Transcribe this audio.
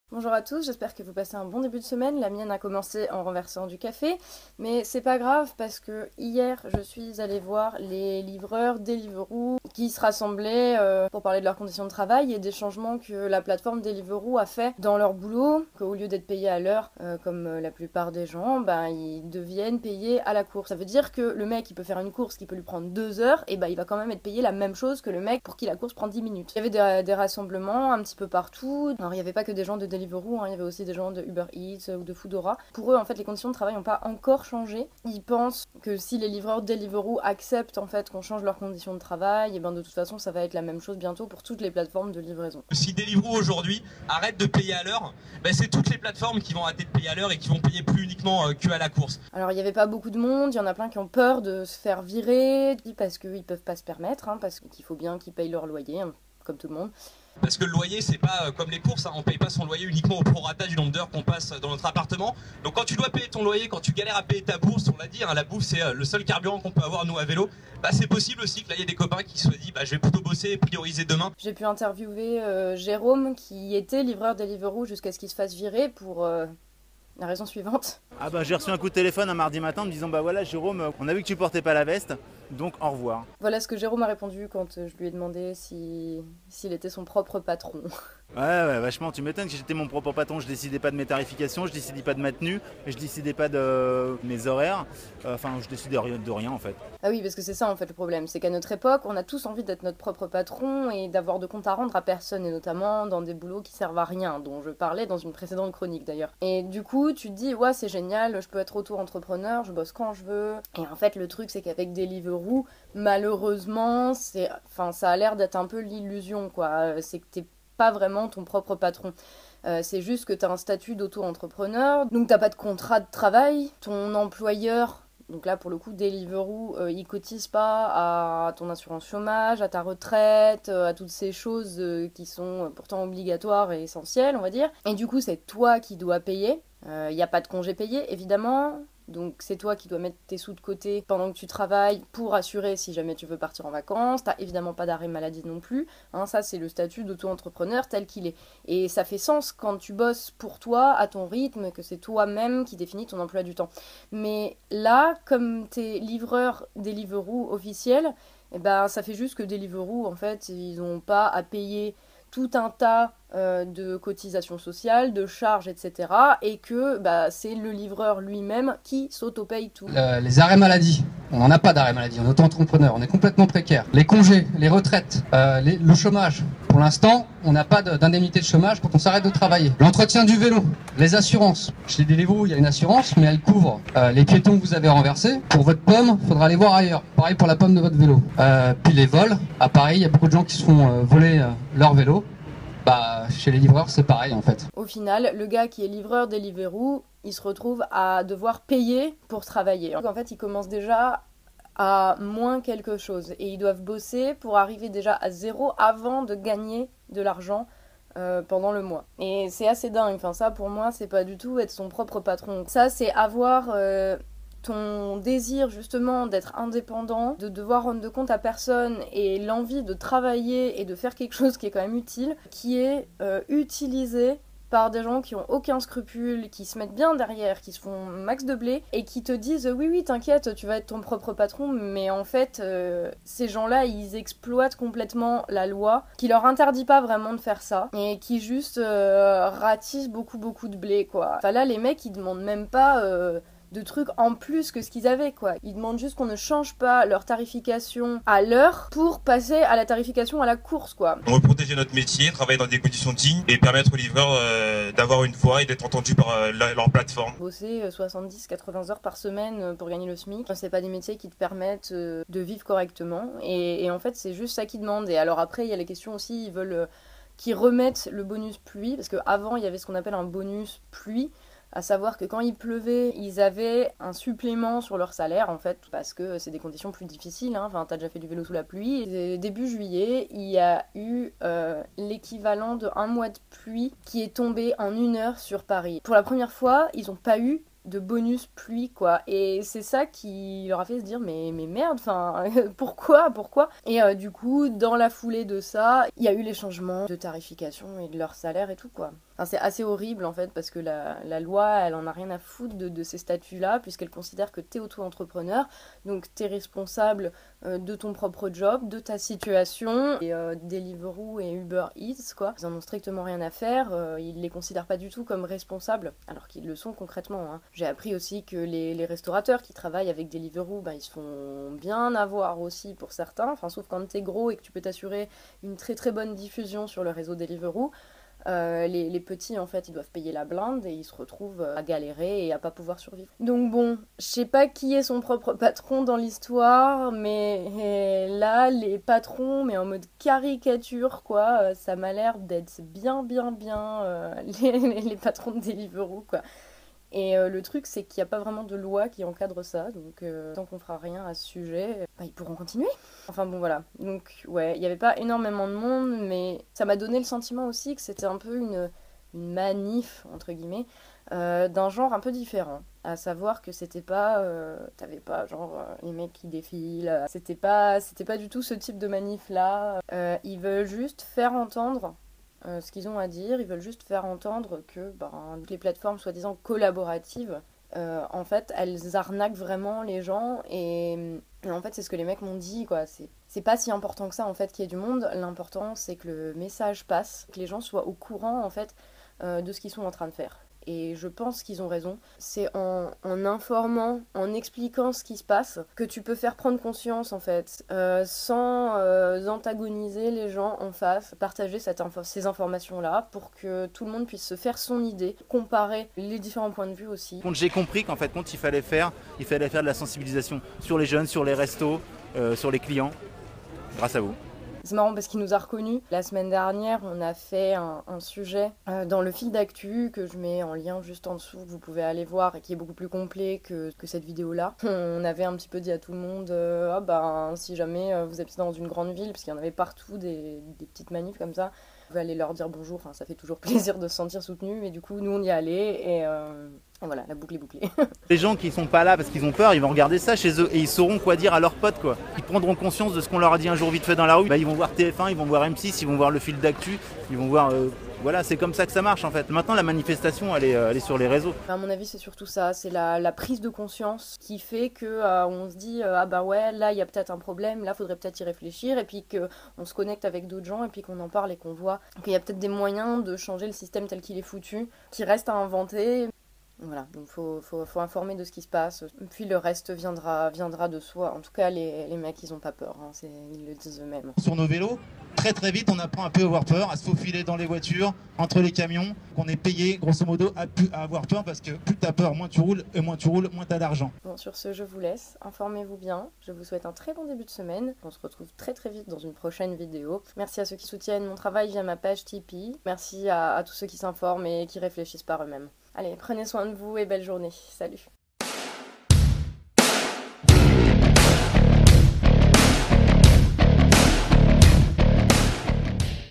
Bonjour à tous, j'espère que vous passez un bon début de semaine. La mienne a commencé en renversant du café, mais c'est pas grave parce que hier je suis allée voir les livreurs Deliveroo qui se rassemblaient pour parler de leurs conditions de travail et des changements que la plateforme Deliveroo a fait dans leur boulot, qu'au lieu d'être payés à l'heure comme la plupart des gens, ils deviennent payés à la course. Ça veut dire que le mec il peut faire une course qui peut lui prendre 2 heures, et il va quand même être payé la même chose que le mec pour qui la course prend 10 minutes. Il y avait des rassemblements un petit peu partout. Alors il n'y avait pas que des gens de Deliveroo, il y avait aussi des gens de Uber Eats ou de Foodora. Pour eux, en fait, les conditions de travail n'ont pas encore changé. Ils pensent que si les livreurs Deliveroo acceptent en fait qu'on change leurs conditions de travail, et de toute façon, ça va être la même chose bientôt pour toutes les plateformes de livraison. Si Deliveroo aujourd'hui arrête de payer à l'heure, c'est toutes les plateformes qui vont arrêter de payer à l'heure et qui vont payer plus uniquement que à la course. Alors il n'y avait pas beaucoup de monde, il y en a plein qui ont peur de se faire virer parce qu'ils peuvent pas se permettre, parce qu'il faut bien qu'ils payent leur loyer, comme tout le monde. Parce que le loyer, c'est pas comme les courses, on paye pas son loyer uniquement au prorata du nombre d'heures qu'on passe dans notre appartement. Donc quand tu dois payer ton loyer, quand tu galères à payer ta bourse, on l'a dit, la bouffe c'est le seul carburant qu'on peut avoir nous à vélo, c'est possible aussi que là il y ait des copains qui se disent je vais plutôt bosser et prioriser demain. J'ai pu interviewer Jérôme qui était livreur Deliveroo jusqu'à ce qu'il se fasse virer pour la raison suivante. J'ai reçu un coup de téléphone un mardi matin en me disant voilà Jérôme, on a vu que tu portais pas la veste, donc au revoir. Voilà ce que Jérôme a répondu quand je lui ai demandé s'il était son propre patron. Ouais, vachement, tu m'étonnes que j'étais mon propre patron, je décidais pas de mes tarifications, je décidais pas de ma tenue, je décidais pas de mes horaires, je décidais de rien en fait. Ah oui, parce que c'est ça en fait le problème, c'est qu'à notre époque, on a tous envie d'être notre propre patron et d'avoir de compte à rendre à personne, et notamment dans des boulots qui servent à rien, dont je parlais dans une précédente chronique d'ailleurs. Et du coup, tu te dis, ouais, c'est génial, je peux être auto-entrepreneur, je bosse quand je veux. Et en fait, le truc, c'est qu'avec Deliveroo, malheureusement, ça a l'air d'être un peu l'illusion, quoi. C'est que t'es pas vraiment ton propre patron. C'est juste que t'as un statut d'auto-entrepreneur, donc t'as pas de contrat de travail, ton employeur, donc là pour le coup Deliveroo, il cotise pas à ton assurance chômage, à ta retraite, à toutes ces choses qui sont pourtant obligatoires et essentielles, on va dire. Et du coup c'est toi qui dois payer. Il n'y a pas de congé payé évidemment. Donc c'est toi qui dois mettre tes sous de côté pendant que tu travailles pour assurer si jamais tu veux partir en vacances. T'as évidemment pas d'arrêt maladie non plus. Ça c'est le statut d'auto-entrepreneur tel qu'il est. Et ça fait sens quand tu bosses pour toi, à ton rythme, que c'est toi-même qui définis ton emploi du temps. Mais là, comme t'es livreur Deliveroo officiel, ça fait juste que Deliveroo, en fait, ils n'ont pas à payer tout un tas de cotisations sociales, de charges, etc. Et que c'est le livreur lui-même qui s'auto-paye tout. Les arrêts maladie, on n'en a pas d'arrêt maladie, on est auto-entrepreneur, on est complètement précaire. Les congés, les retraites, le chômage, pour l'instant, on n'a pas d'indemnité de chômage quand on s'arrête de travailler. L'entretien du vélo, les assurances. Chez Deliveroo, il y a une assurance, mais elle couvre les piétons que vous avez renversés. Pour votre pomme, il faudra aller voir ailleurs. Pareil pour la pomme de votre vélo. Puis les vols, à Paris, il y a beaucoup de gens qui se font voler leur vélo. Chez les livreurs, c'est pareil en fait. Au final, le gars qui est livreur Deliveroo, il se retrouve à devoir payer pour travailler. Donc en fait, il commence déjà à moins quelque chose. Et ils doivent bosser pour arriver déjà à zéro avant de gagner de l'argent pendant le mois. Et c'est assez dingue. Ça, pour moi, c'est pas du tout être son propre patron. Ça, c'est avoir ton désir justement d'être indépendant, de devoir rendre de compte à personne, et l'envie de travailler et de faire quelque chose qui est quand même utile, qui est utilisé par des gens qui ont aucun scrupule, qui se mettent bien derrière, qui se font max de blé, et qui te disent oui t'inquiète, tu vas être ton propre patron, mais en fait ces gens-là ils exploitent complètement la loi, qui leur interdit pas vraiment de faire ça, et qui juste ratissent beaucoup de blé quoi. Là les mecs ils demandent même pas de trucs en plus que ce qu'ils avaient quoi. Ils demandent juste qu'on ne change pas leur tarification à l'heure pour passer à la tarification à la course quoi. On veut protéger notre métier, travailler dans des conditions dignes et permettre aux livreurs d'avoir une voix et d'être entendus par leur plateforme. Bosser 70-80 heures par semaine pour gagner le SMIC, c'est pas des métiers qui te permettent de vivre correctement, et en fait c'est juste ça qu'ils demandent. Et alors après il y a les questions aussi, ils veulent qu'ils remettent le bonus pluie, parce qu'avant il y avait ce qu'on appelle un bonus pluie, à savoir que quand il pleuvait, ils avaient un supplément sur leur salaire en fait, parce que c'est des conditions plus difficiles, t'as déjà fait du vélo sous la pluie. Et début juillet, il y a eu l'équivalent de 1 mois de pluie qui est tombé en 1 heure sur Paris. Pour la première fois, ils n'ont pas eu de bonus pluie quoi, et c'est ça qui leur a fait se dire mais merde, pourquoi et du coup dans la foulée de ça il y a eu les changements de tarification et de leur salaire et tout quoi. Enfin, c'est assez horrible en fait, parce que la loi, elle en a rien à foutre de ces statuts-là, puisqu'elle considère que t'es auto-entrepreneur, donc t'es responsable de ton propre job, de ta situation, et Deliveroo et Uber Eats, quoi, ils en ont strictement rien à faire, ils les considèrent pas du tout comme responsables, alors qu'ils le sont concrètement, hein. J'ai appris aussi que les restaurateurs qui travaillent avec Deliveroo, bah, ils se font bien avoir aussi pour certains, enfin, sauf quand t'es gros et que tu peux t'assurer une très très bonne diffusion sur le réseau Deliveroo. Les petits, en fait, ils doivent payer la blinde et ils se retrouvent à galérer et à pas pouvoir survivre. Donc bon, je sais pas qui est son propre patron dans l'histoire, mais là, les patrons, mais en mode caricature, quoi, ça m'a l'air d'être bien, bien, bien les patrons de Deliveroo, quoi. Et le truc, c'est qu'il n'y a pas vraiment de loi qui encadre ça, donc tant qu'on fera rien à ce sujet, bah, ils pourront continuer. Enfin bon, voilà. Donc ouais, il n'y avait pas énormément de monde, mais ça m'a donné le sentiment aussi que c'était un peu une manif, entre guillemets, d'un genre un peu différent. À savoir que c'était pas... t'avais pas genre les mecs qui défilent, c'était pas du tout ce type de manif-là. Ils veulent juste faire entendre ce qu'ils ont à dire, ils veulent juste faire entendre que les plateformes soi-disant collaboratives, en fait, elles arnaquent vraiment les gens et en fait, c'est ce que les mecs m'ont dit, quoi. C'est pas si important que ça, en fait, qu'il y ait du monde. L'important, c'est que le message passe, que les gens soient au courant, en fait, de ce qu'ils sont en train de faire. Et je pense qu'ils ont raison. C'est en informant, en expliquant ce qui se passe, que tu peux faire prendre conscience, en fait, sans antagoniser les gens en face, partager ces informations-là pour que tout le monde puisse se faire son idée, comparer les différents points de vue aussi. J'ai compris qu'en fait, il fallait faire de la sensibilisation sur les jeunes, sur les restos, sur les clients, grâce à vous. C'est marrant parce qu'il nous a reconnus. La semaine dernière, on a fait un sujet dans le fil d'actu que je mets en lien juste en dessous, que vous pouvez aller voir et qui est beaucoup plus complet que cette vidéo-là. On avait un petit peu dit à tout le monde, si jamais vous habitez dans une grande ville, parce qu'il y en avait partout des petites manifs comme ça, vous pouvez aller leur dire bonjour, enfin, ça fait toujours plaisir de se sentir soutenu, mais du coup, nous on y allait et voilà, la boucle est bouclée. Les gens qui sont pas là parce qu'ils ont peur, ils vont regarder ça chez eux et ils sauront quoi dire à leurs potes, quoi. Ils prendront conscience de ce qu'on leur a dit un jour vite fait dans la rue. Ils vont voir TF1, ils vont voir M6, ils vont voir le fil d'actu, ils vont voir... Voilà, c'est comme ça que ça marche en fait. Maintenant, la manifestation, elle est sur les réseaux. À mon avis, c'est surtout ça. C'est la prise de conscience qui fait que on se dit ouais, là, il y a peut-être un problème, là, faudrait peut-être y réfléchir, et puis qu'on se connecte avec d'autres gens, et puis qu'on en parle et qu'on voit qu'il y a peut-être des moyens de changer le système tel qu'il est foutu, qui reste à inventer. Voilà, donc faut informer de ce qui se passe, puis le reste viendra de soi. En tout cas, les mecs, ils ont pas peur, hein. Ils le disent eux-mêmes. Sur nos vélos, très vite, on apprend un peu à avoir peur, à se faufiler dans les voitures, entre les camions, qu'on est payé, grosso modo, à avoir peur, parce que plus t'as peur, moins tu roules, et moins tu roules, moins t'as d'argent. Bon, sur ce, je vous laisse, informez-vous bien, je vous souhaite un très bon début de semaine, on se retrouve très vite dans une prochaine vidéo. Merci à ceux qui soutiennent mon travail via ma page Tipeee, merci à tous ceux qui s'informent et qui réfléchissent par eux-mêmes. Allez, prenez soin de vous et belle journée. Salut!